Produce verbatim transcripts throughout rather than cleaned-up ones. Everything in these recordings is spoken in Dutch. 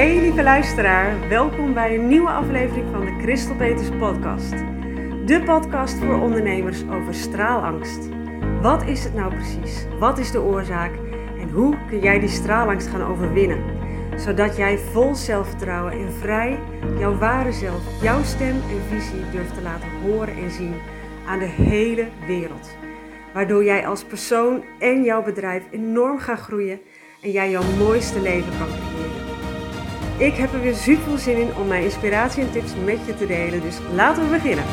Hey lieve luisteraar, welkom bij een nieuwe aflevering van de Christel Peters podcast. De podcast voor ondernemers over straalangst. Wat is het nou precies? Wat is de oorzaak? En hoe kun jij die straalangst gaan overwinnen? Zodat jij vol zelfvertrouwen en vrij jouw ware zelf, jouw stem en visie durft te laten horen en zien aan de hele wereld. Waardoor jij als persoon en jouw bedrijf enorm gaat groeien en jij jouw mooiste leven kan creëren. Ik heb er weer super veel zin in om mijn inspiratie en tips met je te delen, dus laten we beginnen.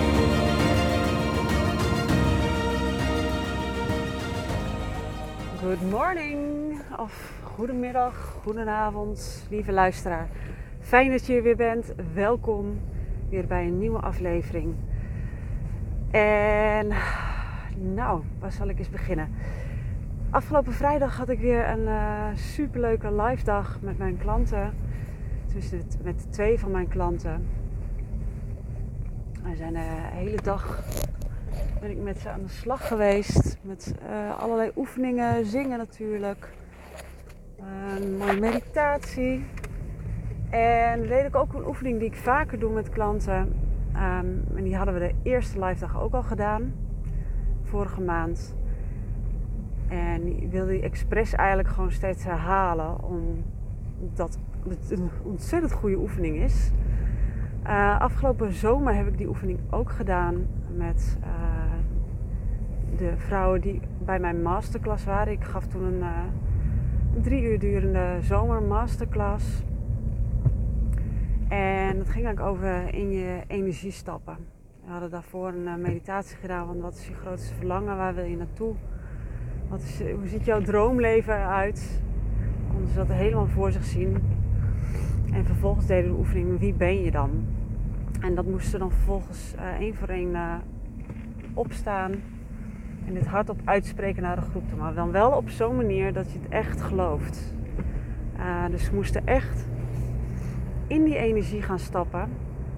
Good morning, of goedemiddag, goedenavond, lieve luisteraar. Fijn dat je er weer bent, welkom weer bij een nieuwe aflevering. En nou, waar zal ik eens beginnen? Afgelopen vrijdag had ik weer een uh, superleuke live dag met mijn klanten. Dus met twee van mijn klanten. We zijn de hele dag ben ik met ze aan de slag geweest. Met uh, allerlei oefeningen, zingen natuurlijk. Uh, een mooie meditatie. En deed ik ook een oefening die ik vaker doe met klanten. Um, en die hadden we de eerste live dag ook al gedaan. Vorige maand. En die wilde die expres eigenlijk gewoon steeds herhalen. Omdat het een ontzettend goede oefening is. Uh, afgelopen zomer heb ik die oefening ook gedaan met uh, de vrouwen die bij mijn masterclass waren. Ik gaf toen een, uh, een drie uur durende zomer masterclass. En dat ging eigenlijk over in je energie stappen. We hadden daarvoor een uh, meditatie gedaan van wat is je grootste verlangen, waar wil je naartoe? Wat is, hoe ziet jouw droomleven eruit? Konden ze dat helemaal voor zich zien. En vervolgens deden we de oefening, wie ben je dan? En dat moesten dan vervolgens uh, één voor één uh, opstaan. En dit hardop uitspreken naar de groep toe. Maar dan wel op zo'n manier dat je het echt gelooft. Uh, dus ze moesten echt in die energie gaan stappen.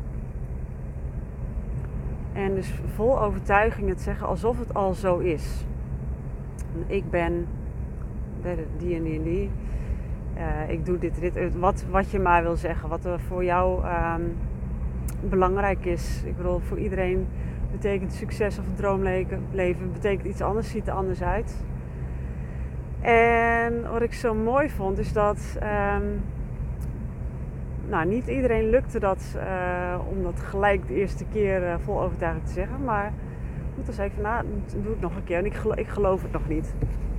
En dus vol overtuiging het zeggen alsof het al zo is. Ik ben die en die en die. Uh, ik doe dit, dit. Wat, wat je maar wil zeggen. Wat er voor jou um, belangrijk is. Ik bedoel, voor iedereen betekent succes of een droomleven betekent iets anders. Ziet er anders uit. En wat ik zo mooi vond is dat... Um, nou, niet iedereen lukte dat uh, om dat gelijk de eerste keer uh, vol overtuiging te zeggen. Maar goed, dan zei ik van, nou, doe het nog een keer. En ik geloof, ik geloof het nog niet.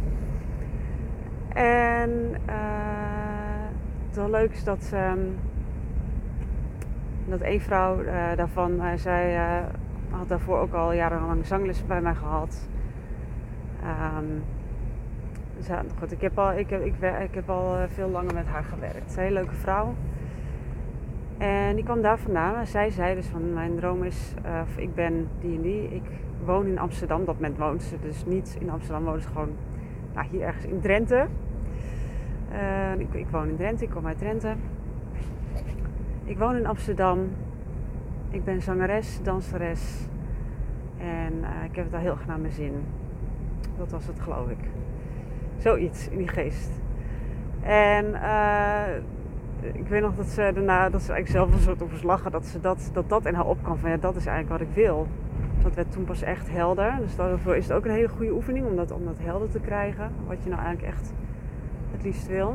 En uh, het wel leuk is dat, um, dat één vrouw uh, daarvan, uh, zij uh, had daarvoor ook al jarenlang zangles bij mij gehad. Um, dus ja, goed, ik heb al, ik heb, ik, ik heb al uh, veel langer met haar gewerkt. Het is een hele leuke vrouw. En die kwam daar vandaan. En zij zei dus van mijn droom is, uh, ik ben die en die. Ik woon in Amsterdam. Op dat moment woont ze dus niet in Amsterdam. Woont ze gewoon nou, hier ergens in Drenthe. Uh, ik, ik woon in Drenthe. Ik kom uit Drenthe. Ik woon in Amsterdam. Ik ben zangeres, danseres. En uh, ik heb het al heel erg naar mijn zin. Dat was het, geloof ik. Zoiets in die geest. En... Uh, Ik weet nog dat ze daarna, dat ze eigenlijk zelf een soort op lachen, dat, ze dat, dat dat in haar opkwam van ja, dat is eigenlijk wat ik wil. Dat werd toen pas echt helder. Dus daarvoor is het ook een hele goede oefening om dat, om dat helder te krijgen. Wat je nou eigenlijk echt het liefst wil.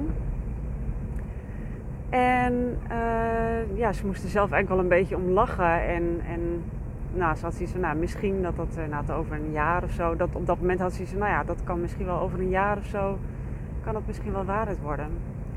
En uh, ja, ze moest er zelf eigenlijk wel een beetje om lachen. En, en nou, ze had zoiets van, nou, misschien dat dat uh, nou, over een jaar of zo. Dat, op dat moment had ze zoiets van, nou ja, dat kan misschien wel over een jaar of zo. Kan dat misschien wel waarheid worden.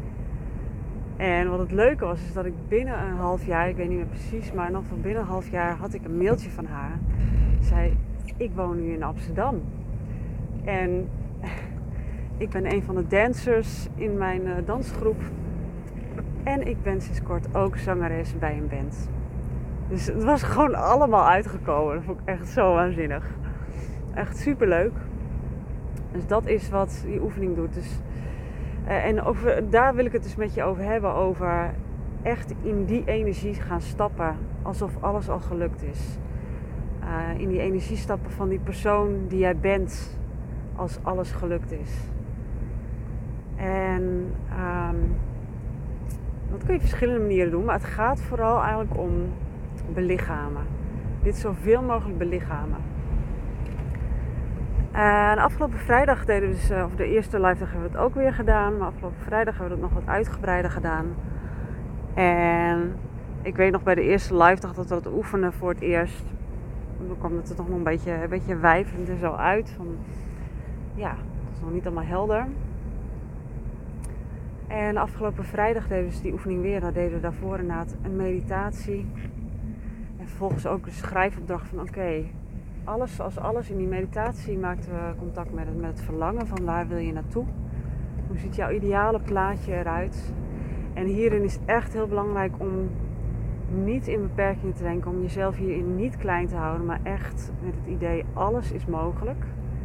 En wat het leuke was, is dat ik binnen een half jaar, ik weet niet meer precies, maar nog van binnen een half jaar had ik een mailtje van haar. Ze zei, ik woon nu in Amsterdam. En ik ben een van de dancers in mijn uh, dansgroep. En ik ben sinds kort ook zangeres bij een band. Dus het was gewoon allemaal uitgekomen. Dat vond ik echt zo waanzinnig. Echt superleuk. Dus dat is wat die oefening doet. Dus... Uh, en over, daar wil ik het dus met je over hebben. Over echt in die energie gaan stappen. Alsof alles al gelukt is. Uh, in die energie stappen van die persoon die jij bent. Als alles gelukt is. En um, Dat kun je op verschillende manieren doen, maar het gaat vooral eigenlijk om belichamen. Dit zoveel mogelijk belichamen. En afgelopen vrijdag deden we dus, of de eerste live dag hebben we het ook weer gedaan. Maar afgelopen vrijdag hebben we het nog wat uitgebreider gedaan. En ik weet nog bij de eerste live dag dat we het oefenen voor het eerst. Dan kwam het er toch nog een beetje, een beetje wijvend en zo uit. Van, ja, dat is nog niet allemaal helder. En afgelopen vrijdag deden we dus die oefening weer. Dan deden we daarvoor inderdaad een meditatie. En vervolgens ook een schrijfopdracht van oké. Okay, alles zoals alles in die meditatie maakten we contact met het, met het verlangen van waar wil je naartoe. Hoe ziet jouw ideale plaatje eruit. En hierin is het echt heel belangrijk om niet in beperkingen te denken. Om jezelf hierin niet klein te houden. Maar echt met het idee alles is mogelijk.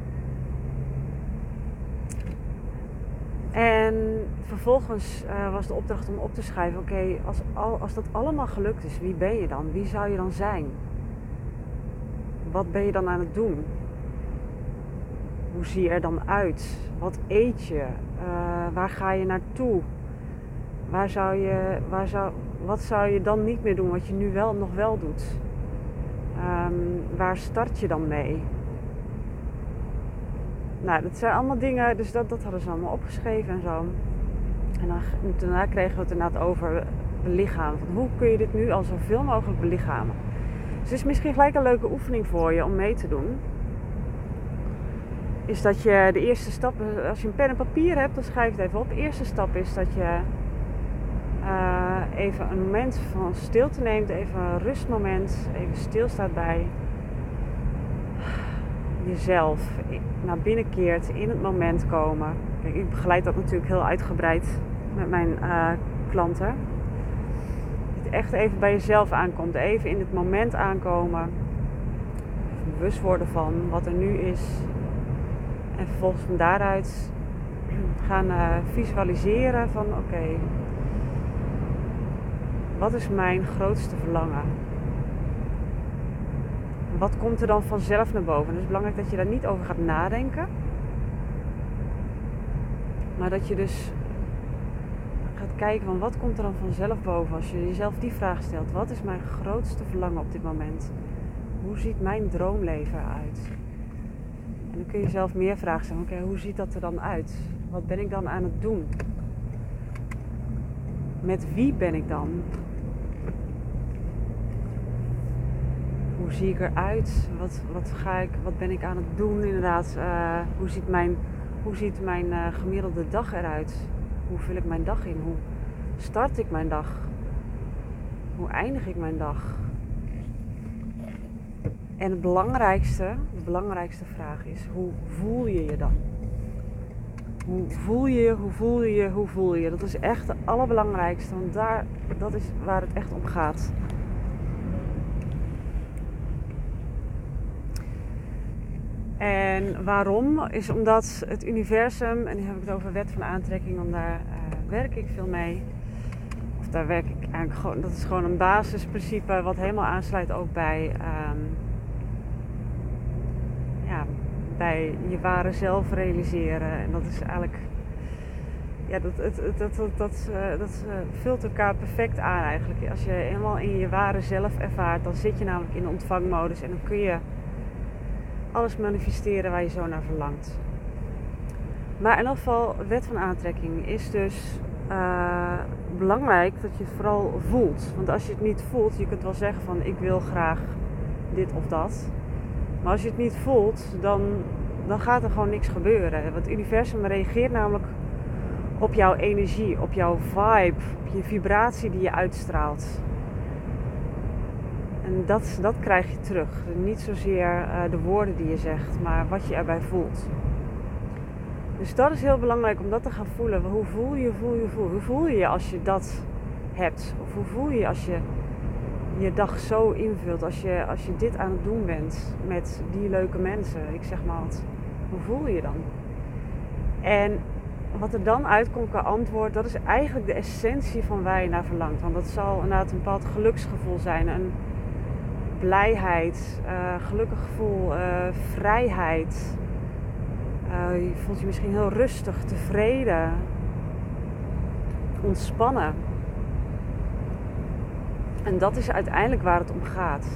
En vervolgens uh, was de opdracht om op te schrijven. Oké, okay, als, al, als dat allemaal gelukt is, wie ben je dan? Wie zou je dan zijn? Wat ben je dan aan het doen? Hoe zie je er dan uit? Wat eet je? Uh, waar ga je naartoe? Waar zou je, waar zou, wat zou je dan niet meer doen wat je nu wel nog wel doet? Um, waar start je dan mee? Nou, dat zijn allemaal dingen, dus dat, dat hadden ze allemaal opgeschreven en zo. En dan, daarna kregen we het inderdaad over belichamen. Van hoe kun je dit nu al zoveel mogelijk belichamen? Dus het is misschien gelijk een leuke oefening voor je om mee te doen. Is dat je de eerste stap, als je een pen en papier hebt, dan schrijf je het even op. De eerste stap is dat je uh, even een moment van stilte neemt, even een rustmoment, even stilstaat bij jezelf, naar binnen keert, in het moment komen. Kijk, ik begeleid dat natuurlijk heel uitgebreid met mijn uh, klanten. Dat je echt even bij jezelf aankomt, even in het moment aankomen, bewust worden van wat er nu is. En vervolgens van daaruit gaan uh, visualiseren van oké, okay, wat is mijn grootste verlangen? Wat komt er dan vanzelf naar boven? Het is belangrijk dat je daar niet over gaat nadenken. Maar dat je dus gaat kijken van wat komt er dan vanzelf boven als je jezelf die vraag stelt. Wat is mijn grootste verlangen op dit moment? Hoe ziet mijn droomleven eruit? En dan kun je jezelf meer vragen stellen. Oké, okay, hoe ziet dat er dan uit? Wat ben ik dan aan het doen? Met wie ben ik dan? Hoe zie ik eruit? Wat, wat, ga ik, wat ben ik aan het doen inderdaad? Uh, hoe ziet mijn, hoe ziet mijn uh, gemiddelde dag eruit? Hoe vul ik mijn dag in? Hoe start ik mijn dag? Hoe eindig ik mijn dag? En het belangrijkste, de belangrijkste vraag is, hoe voel je je dan? Hoe voel je je, hoe voel je je, hoe voel je je? Dat is echt het allerbelangrijkste, want daar, dat is waar het echt om gaat. En waarom? Is omdat het universum, en nu heb ik het over wet van aantrekking, want daar uh, werk ik veel mee. Of daar werk ik eigenlijk gewoon, dat is gewoon een basisprincipe wat helemaal aansluit ook bij, um, ja, bij je ware zelf realiseren. En dat is eigenlijk, ja, dat, dat, dat, dat, dat, uh, dat uh, vult elkaar perfect aan eigenlijk. Als je helemaal in je ware zelf ervaart, dan zit je namelijk in de ontvangmodus en dan kun je alles manifesteren waar je zo naar verlangt. Maar in ieder geval, wet van aantrekking is dus uh, belangrijk dat je het vooral voelt. Want als je het niet voelt, je kunt wel zeggen van ik wil graag dit of dat. Maar als je het niet voelt, dan, dan gaat er gewoon niks gebeuren. Want het universum reageert namelijk op jouw energie, op jouw vibe, op je vibratie die je uitstraalt. En dat, dat krijg je terug. Niet zozeer uh, de woorden die je zegt, maar wat je erbij voelt. Dus dat is heel belangrijk om dat te gaan voelen. Hoe voel je, voel je, voel je? Hoe voel je je als je dat hebt? Of hoe voel je je als je je dag zo invult? Als je, als je dit aan het doen bent met die leuke mensen. Ik zeg maar wat. Hoe voel je je dan? En wat er dan uitkomt qua antwoord, dat is eigenlijk de essentie van waar je naar verlangt. Want dat zal inderdaad een bepaald geluksgevoel zijn. Een blijheid, uh, gelukkig gevoel, uh, vrijheid. Uh, je voelt je misschien heel rustig, tevreden, ontspannen. En dat is uiteindelijk waar het om gaat.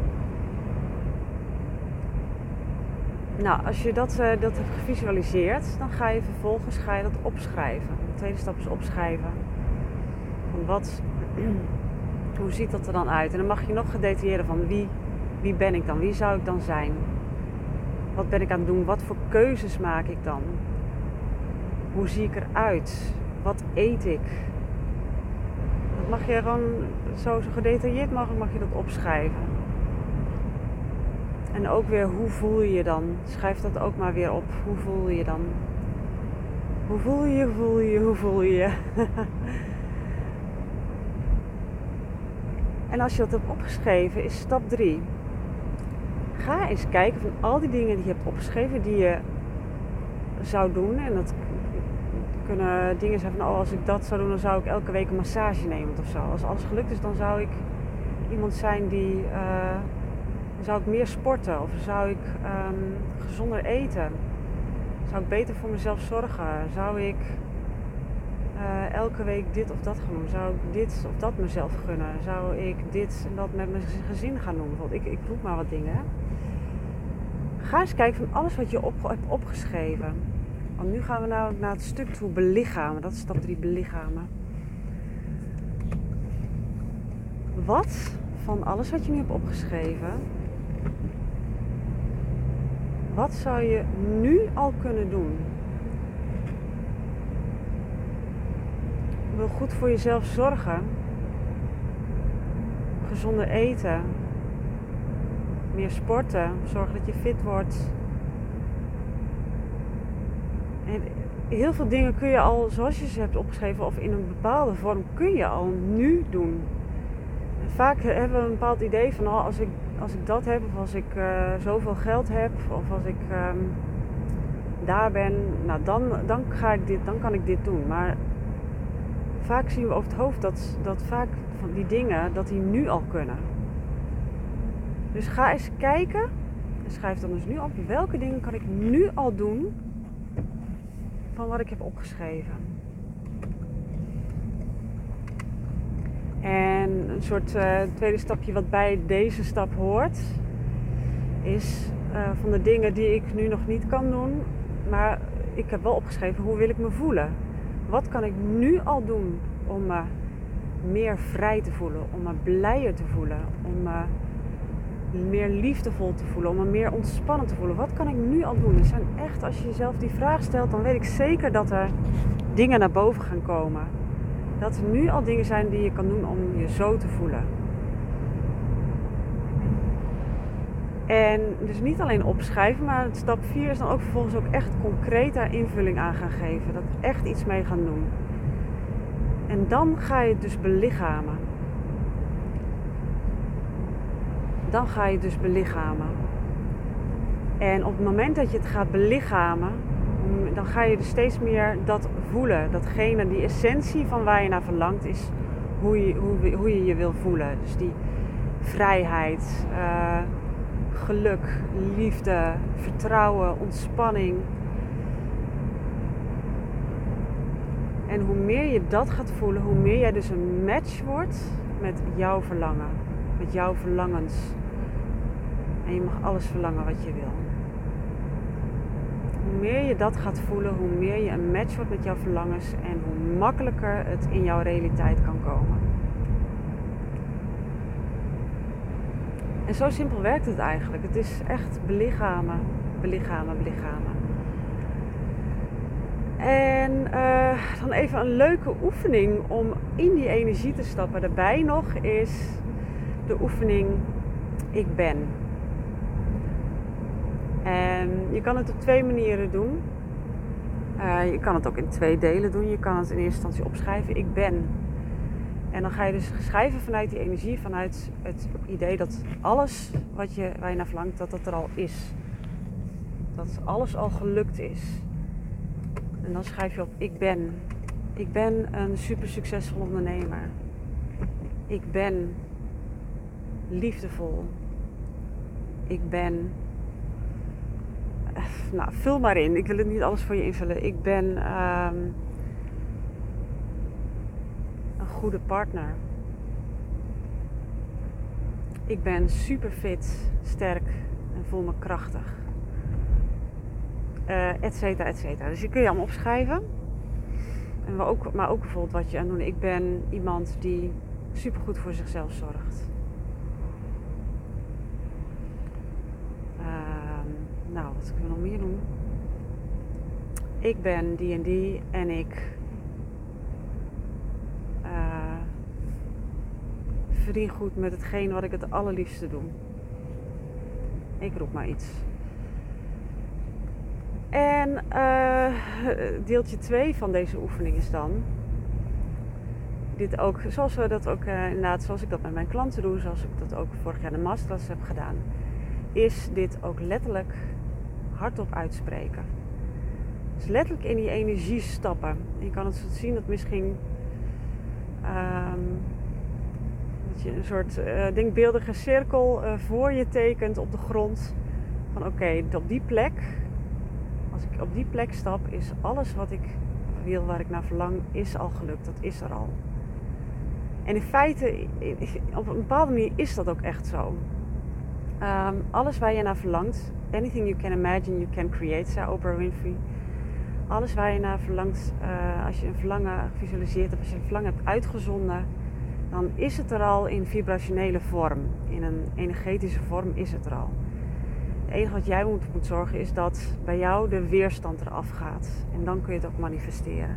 Nou, als je dat, uh, dat hebt gevisualiseerd, dan ga je vervolgens ga je dat opschrijven. De tweede stap is opschrijven. Van wat, hoe ziet dat er dan uit? En dan mag je nog gedetailleerder van wie, wie ben ik dan? Wie zou ik dan zijn? Wat ben ik aan het doen? Wat voor keuzes maak ik dan? Hoe zie ik eruit? Wat eet ik? Dat mag je gewoon zo, zo gedetailleerd mogelijk mag je dat opschrijven. En ook weer, hoe voel je je dan? Schrijf dat ook maar weer op. Hoe voel je je dan? Hoe voel je je? Hoe voel je je? Hoe voel je je? En als je dat hebt opgeschreven, is stap drie. Ga eens kijken van al die dingen die je hebt opgeschreven, die je zou doen. En dat kunnen dingen zijn van, oh, als ik dat zou doen, dan zou ik elke week een massage nemen of zo. Als alles gelukt is, dan zou ik iemand zijn die... Uh, zou ik meer sporten of zou ik um, gezonder eten? Zou ik beter voor mezelf zorgen? Zou ik uh, elke week dit of dat gaan doen? Zou ik dit of dat mezelf gunnen? Zou ik dit en dat met mijn gezin gaan doen? Bijvoorbeeld, ik, ik roep maar wat dingen. Ga eens kijken van alles wat je op, hebt opgeschreven. Want nu gaan we nou naar het stuk toe belichamen. Dat is stap drie, belichamen. Wat van alles wat je nu hebt opgeschreven... Wat zou je nu al kunnen doen? Je wil goed voor jezelf zorgen. Gezonder eten. Meer sporten. Zorgen dat je fit wordt. En heel veel dingen kun je al, zoals je ze hebt opgeschreven, of in een bepaalde vorm, kun je al nu doen. En vaak hebben we een bepaald idee van, oh, als ik Als ik dat heb, of als ik uh, zoveel geld heb, of als ik um, daar ben, nou dan, dan, ga ik dit, dan kan ik dit doen. Maar vaak zien we over het hoofd dat, dat vaak van die dingen, dat die nu al kunnen. Dus ga eens kijken, en schrijf dan dus nu op, welke dingen kan ik nu al doen van wat ik heb opgeschreven. En een soort uh, tweede stapje wat bij deze stap hoort, is uh, van de dingen die ik nu nog niet kan doen, maar ik heb wel opgeschreven, hoe wil ik me voelen? Wat kan ik nu al doen om me meer vrij te voelen, om me blijer te voelen, om me meer liefdevol te voelen, om me meer ontspannen te voelen? Wat kan ik nu al doen? Er zijn echt, als je jezelf die vraag stelt, dan weet ik zeker dat er dingen naar boven gaan komen. Dat er nu al dingen zijn die je kan doen om je zo te voelen. En dus niet alleen opschrijven, maar stap vier is dan ook vervolgens ook echt concreet daar invulling aan gaan geven. Dat er echt iets mee gaan doen. En dan ga je het dus belichamen. Dan ga je het dus belichamen. En op het moment dat je het gaat belichamen, dan ga je dus steeds meer dat voelen. Datgene, die essentie van waar je naar verlangt, is hoe je hoe, hoe je, je wil voelen. Dus die vrijheid, uh, geluk, liefde, vertrouwen, ontspanning. En hoe meer je dat gaat voelen, hoe meer jij dus een match wordt met jouw verlangen. Met jouw verlangens. En je mag alles verlangen wat je wil. Hoe meer je dat gaat voelen, hoe meer je een match wordt met jouw verlangens en hoe makkelijker het in jouw realiteit kan komen. En zo simpel werkt het eigenlijk. Het is echt belichamen, belichamen, belichamen. En uh, dan even een leuke oefening om in die energie te stappen. Daarbij nog is de oefening ik ben. En je kan het op twee manieren doen. Uh, je kan het ook in twee delen doen. Je kan het in eerste instantie opschrijven, ik ben. En dan ga je dus schrijven vanuit die energie, vanuit het idee dat alles wat je, waar je naar verlangt, dat dat er al is. Dat alles al gelukt is. En dan schrijf je op, ik ben. Ik ben een super succesvol ondernemer. Ik ben liefdevol. Ik ben... Nou, vul maar in. Ik wil het niet alles voor je invullen. Ik ben um, een goede partner. Ik ben super fit, sterk en voel me krachtig. Uh, et cetera, et cetera. Dus je kun je allemaal opschrijven. En maar, ook, maar ook bijvoorbeeld wat je aan het doen. Ik ben iemand die super goed voor zichzelf zorgt. Uh, nou, wat kunnen we nog meer doen? Ik ben die en die en ik uh, verdien goed met hetgeen wat ik het allerliefste doe. Ik roep maar iets. En uh, deeltje twee van deze oefening is dan dit ook, zoals we dat ook uh, inderdaad, zoals ik dat met mijn klanten doe, zoals ik dat ook vorig jaar in de masterclass heb gedaan, is dit ook letterlijk hardop uitspreken. Dus letterlijk in die energie stappen. Je kan het zo zien dat misschien um, dat je een soort uh, denkbeeldige cirkel uh, voor je tekent op de grond. Van oké, okay, op die plek, als ik op die plek stap, is alles wat ik wil, waar ik naar verlang, is al gelukt. Dat is er al. En in feite, op een bepaalde manier is dat ook echt zo. Um, alles waar je naar verlangt, anything you can imagine, you can create, zei Oprah Winfrey. Alles waar je naar verlangt, uh, als je een verlangen visualiseert of als je een verlangen hebt uitgezonden, dan is het er al in vibrationele vorm. In een energetische vorm is het er al. Het enige wat jij moet, moet zorgen is dat bij jou de weerstand eraf gaat. En dan kun je het ook manifesteren.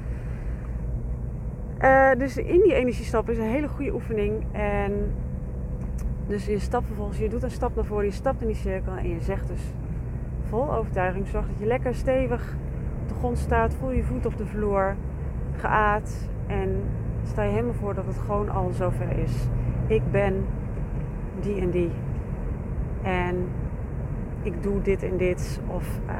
Uh, dus in die energiestap is een hele goede oefening. En dus je stapt vervolgens, je doet een stap naar voren, je stapt in die cirkel en je zegt dus vol overtuiging, zorg dat je lekker stevig op de grond staat, voel je voet op de vloer, geaard en sta je helemaal voor dat het gewoon al zover is. Ik ben die en die en ik doe dit en dit of uh,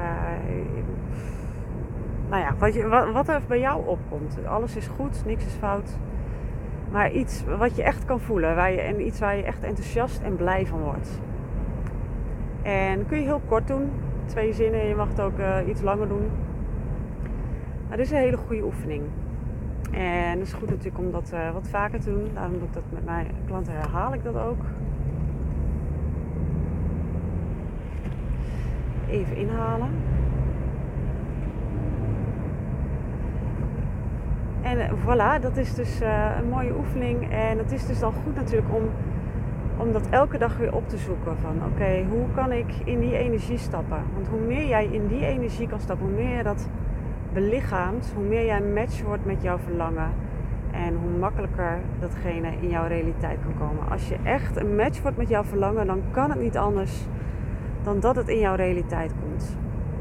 nou ja, wat, je, wat, wat er bij jou opkomt. Alles is goed, niks is fout. Maar iets wat je echt kan voelen. Waar je, en iets waar je echt enthousiast en blij van wordt. En kun je heel kort doen. Twee zinnen. Je mag het ook uh, iets langer doen. Maar dit is een hele goede oefening. En het is goed natuurlijk om dat uh, wat vaker te doen. Daarom doe ik dat met mijn klanten. Herhaal ik dat ook. Even inhalen. En uh, voilà, dat is dus uh, een mooie oefening. En het is dus dan goed natuurlijk om, om dat elke dag weer op te zoeken. Van oké, okay, hoe kan ik in die energie stappen? Want hoe meer jij in die energie kan stappen, hoe meer je dat belichaamt, hoe meer jij een match wordt met jouw verlangen. En hoe makkelijker datgene in jouw realiteit kan komen. Als je echt een match wordt met jouw verlangen, dan kan het niet anders dan dat het in jouw realiteit komt.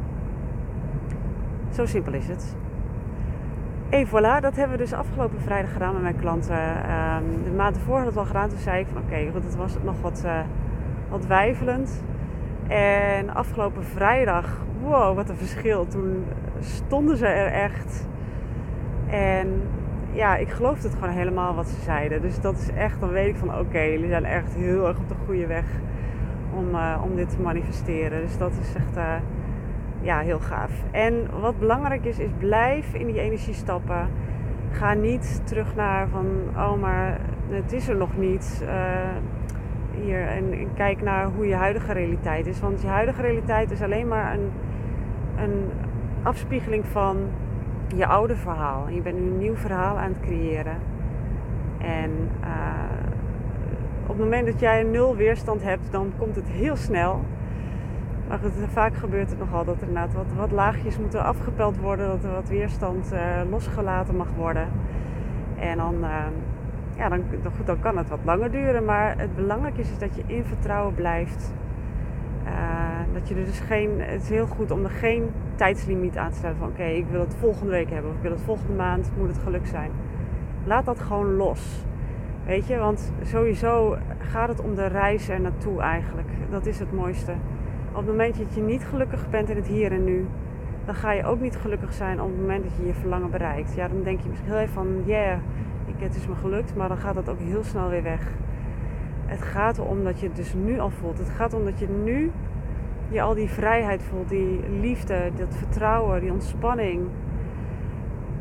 Zo simpel is het. En voilà, dat hebben we dus afgelopen vrijdag gedaan met mijn klanten. Um, de maand ervoor hadden we het al gedaan. Toen zei ik van oké, okay, dat was nog wat, uh, wat weifelend. En afgelopen vrijdag, wow, wat een verschil. Toen stonden ze er echt. En ja, ik geloofde het gewoon helemaal wat ze zeiden. Dus dat is echt, dan weet ik van oké, okay, jullie zijn echt heel erg op de goede weg om, uh, om dit te manifesteren. Dus dat is echt... Uh, Ja, heel gaaf. En wat belangrijk is, is blijf in die energie stappen. Ga niet terug naar van, oh maar het is er nog niet. Uh, hier, en, en kijk naar hoe je huidige realiteit is. Want je huidige realiteit is alleen maar een, een afspiegeling van je oude verhaal. En je bent nu een nieuw verhaal aan het creëren. En uh, op het moment dat jij nul weerstand hebt, dan komt het heel snel. Maar goed, vaak gebeurt het nogal dat er inderdaad wat, wat laagjes moeten afgepeld worden. Dat er wat weerstand uh, losgelaten mag worden. En dan, uh, ja, dan, goed, dan kan het wat langer duren. Maar het belangrijke is, is dat je in vertrouwen blijft. Uh, dat je er dus geen, het is heel goed om er geen tijdslimiet aan te stellen. Van oké, okay, ik wil het volgende week hebben. Of ik wil het volgende maand, moet het geluk zijn. Laat dat gewoon los. Weet je, want sowieso gaat het om de reis er naartoe eigenlijk. Dat is het mooiste. Op het moment dat je niet gelukkig bent in het hier en nu, dan ga je ook niet gelukkig zijn op het moment dat je je verlangen bereikt. Ja, dan denk je misschien heel even van, yeah, ik, het is me gelukt, maar dan gaat dat ook heel snel weer weg. Het gaat erom dat je het dus nu al voelt. Het gaat om dat je nu je al die vrijheid voelt, die liefde, dat vertrouwen, die ontspanning.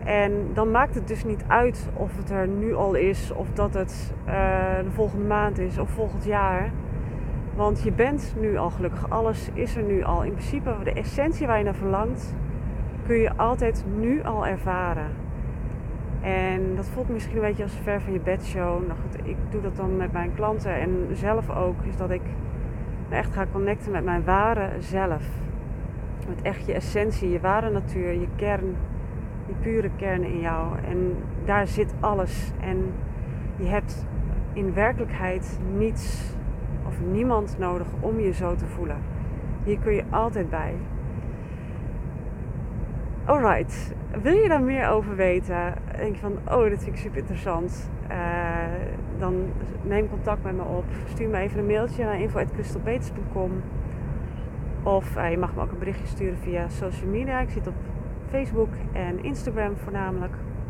En dan maakt het dus niet uit of het er nu al is, of dat het uh, de volgende maand is of volgend jaar. Want je bent nu al gelukkig. Alles is er nu al. In principe, de essentie waar je naar verlangt, kun je altijd nu al ervaren. En dat voelt misschien een beetje als ver van je bedshow. Nou goed, ik doe dat dan met mijn klanten en zelf ook. Is dat ik echt ga connecten met mijn ware zelf. Met echt je essentie, je ware natuur, je kern. Die pure kern in jou. En daar zit alles. En je hebt in werkelijkheid niets of niemand nodig om je zo te voelen. Hier kun je altijd bij. Alright, wil je daar meer over weten? Denk je van, oh, dit vind ik super interessant. Uh, dan neem contact met me op. Stuur me even een mailtje naar info at crystal peters punt com. Of uh, je mag me ook een berichtje sturen via social media. Ik zit op Facebook en Instagram voornamelijk.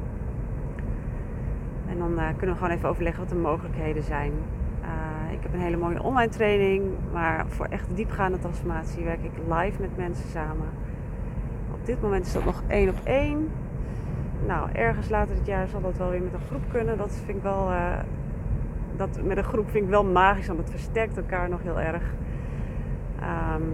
En dan uh, kunnen we gewoon even overleggen wat de mogelijkheden zijn. Uh, ik heb een hele mooie online training. Maar voor echt diepgaande transformatie werk ik live met mensen samen. Op dit moment is dat nog één op één. Nou, ergens later dit jaar zal dat wel weer met een groep kunnen. Dat vind ik wel... Uh, dat met een groep vind ik wel magisch, want het versterkt elkaar nog heel erg. Um,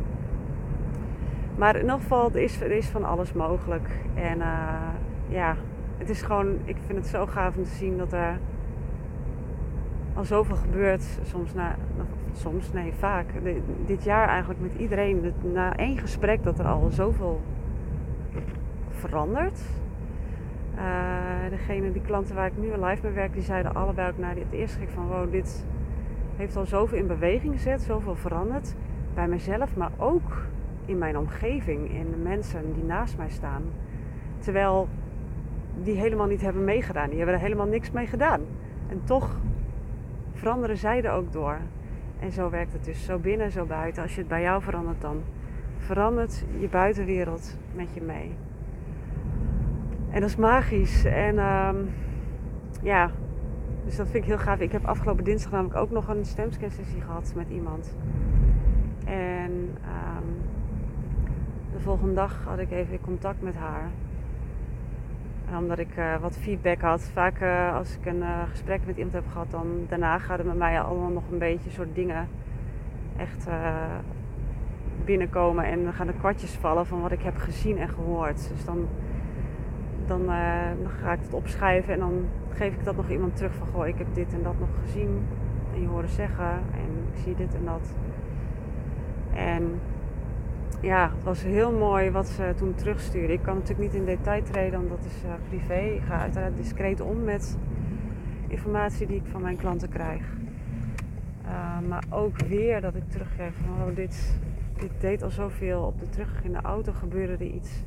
maar in ieder geval, er is, er is van alles mogelijk. En uh, ja, het is gewoon... Ik vind het zo gaaf om te zien dat er al zoveel gebeurt. Soms, na, soms nee, vaak. De, dit jaar eigenlijk met iedereen. Na één gesprek dat er al zoveel verandert. Uh, degene, die klanten waar ik nu live mee werk, die zeiden allebei ook na het eerste gesprek van wow, dit heeft al zoveel in beweging gezet, zoveel veranderd. Bij mezelf, maar ook in mijn omgeving, in de mensen die naast mij staan. Terwijl die helemaal niet hebben meegedaan. Die hebben er helemaal niks mee gedaan. En toch veranderen zij er ook door. En zo werkt het dus. Zo binnen, zo buiten. Als je het bij jou verandert, dan verandert je buitenwereld met je mee. En dat is magisch. En um, ja, dus dat vind ik heel gaaf. Ik heb afgelopen dinsdag namelijk ook nog een stemscan-sessie gehad met iemand. En um, de volgende dag had ik even contact met haar. Omdat ik uh, wat feedback had. Vaak uh, als ik een uh, gesprek met iemand heb gehad, dan daarna gaan er met mij allemaal nog een beetje soort dingen echt uh, binnenkomen. En dan gaan de kwartjes vallen van wat ik heb gezien en gehoord. Dus dan... Dan, uh, dan ga ik het opschrijven en dan geef ik dat nog iemand terug van goh, ik heb dit en dat nog gezien en je horen zeggen en ik zie dit en dat. En ja, het was heel mooi wat ze toen terugstuurde. Ik kan natuurlijk niet in detail treden, want dat is uh, privé. Ik ga uiteraard discreet om met informatie die ik van mijn klanten krijg. Uh, maar ook weer dat ik terugkrijg van oh, dit, dit deed al zoveel. Op de terugweg in de auto gebeurde er iets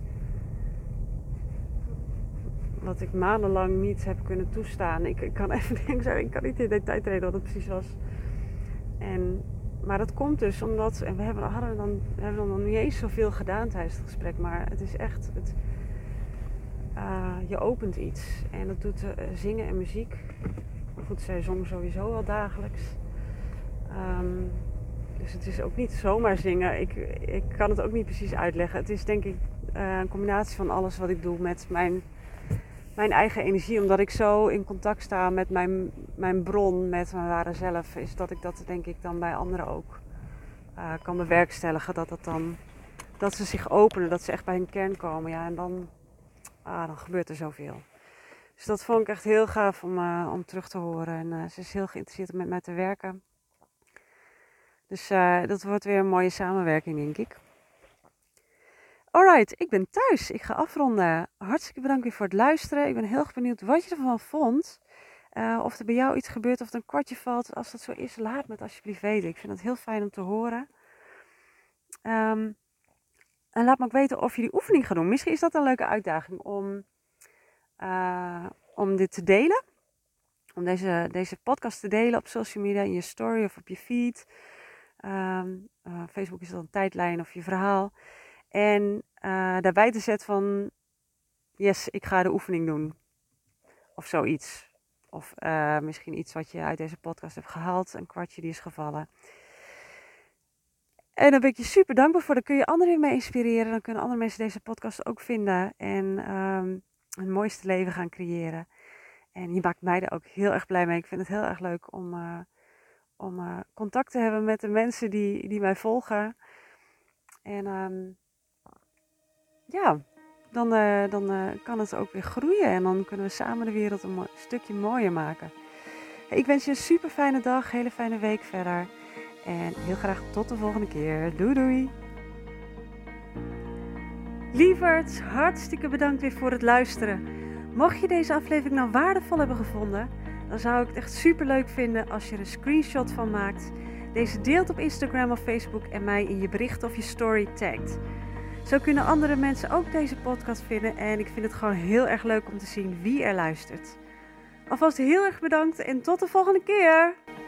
wat ik maandenlang niet heb kunnen toestaan. Ik, ik kan even denken, ik kan niet in detail treden wat het precies was. En, maar dat komt dus omdat, en we hebben, hadden dan, we hebben dan nog niet eens zoveel gedaan tijdens het gesprek, maar het is echt, het, uh, je opent iets. En dat doet uh, zingen en muziek. Goed, zij zong sowieso al dagelijks. Um, dus het is ook niet zomaar zingen. Ik, ik kan het ook niet precies uitleggen. Het is denk ik uh, een combinatie van alles wat ik doe met mijn... Mijn eigen energie, omdat ik zo in contact sta met mijn, mijn bron, met mijn ware zelf, is dat ik dat denk ik dan bij anderen ook uh, kan bewerkstelligen. Dat, dat, dan, dat ze zich openen, dat ze echt bij hun kern komen. Ja, en dan, ah, dan gebeurt er zoveel. Dus dat vond ik echt heel gaaf om, uh, om terug te horen. En uh, ze is heel geïnteresseerd om met mij te werken. Dus uh, dat wordt weer een mooie samenwerking, denk ik. Alright, ik ben thuis. Ik ga afronden. Hartstikke bedankt weer voor het luisteren. Ik ben heel erg benieuwd wat je ervan vond. Uh, of er bij jou iets gebeurt of er een kwartje valt. Als dat zo is, laat me het alsjeblieft weten. Ik vind het heel fijn om te horen. Um, en laat me ook weten of je die oefening gaat doen. Misschien is dat een leuke uitdaging om, uh, om dit te delen. Om deze, deze podcast te delen op social media, in je story of op je feed. Um, uh, Facebook is dan een tijdlijn of je verhaal. En uh, daarbij te zetten van, yes, ik ga de oefening doen. Of zoiets. Of uh, misschien iets wat je uit deze podcast hebt gehaald. Een kwartje die is gevallen. En daar ben ik je super dankbaar voor. Dan kun je anderen mee inspireren. Dan kunnen andere mensen deze podcast ook vinden. En um, hun mooiste leven gaan creëren. En je maakt mij er ook heel erg blij mee. Ik vind het heel erg leuk om, uh, om uh, contact te hebben met de mensen die, die mij volgen. En um, ja, dan, uh, dan uh, kan het ook weer groeien. En dan kunnen we samen de wereld een mo- stukje mooier maken. Hey, ik wens je een super fijne dag, hele fijne week verder. En heel graag tot de volgende keer. Doei doei! Lieverds, hartstikke bedankt weer voor het luisteren. Mocht je deze aflevering nou waardevol hebben gevonden, dan zou ik het echt super leuk vinden als je er een screenshot van maakt, deze deelt op Instagram of Facebook en mij in je bericht of je story tagt. Zo kunnen andere mensen ook deze podcast vinden en ik vind het gewoon heel erg leuk om te zien wie er luistert. Alvast heel erg bedankt en tot de volgende keer!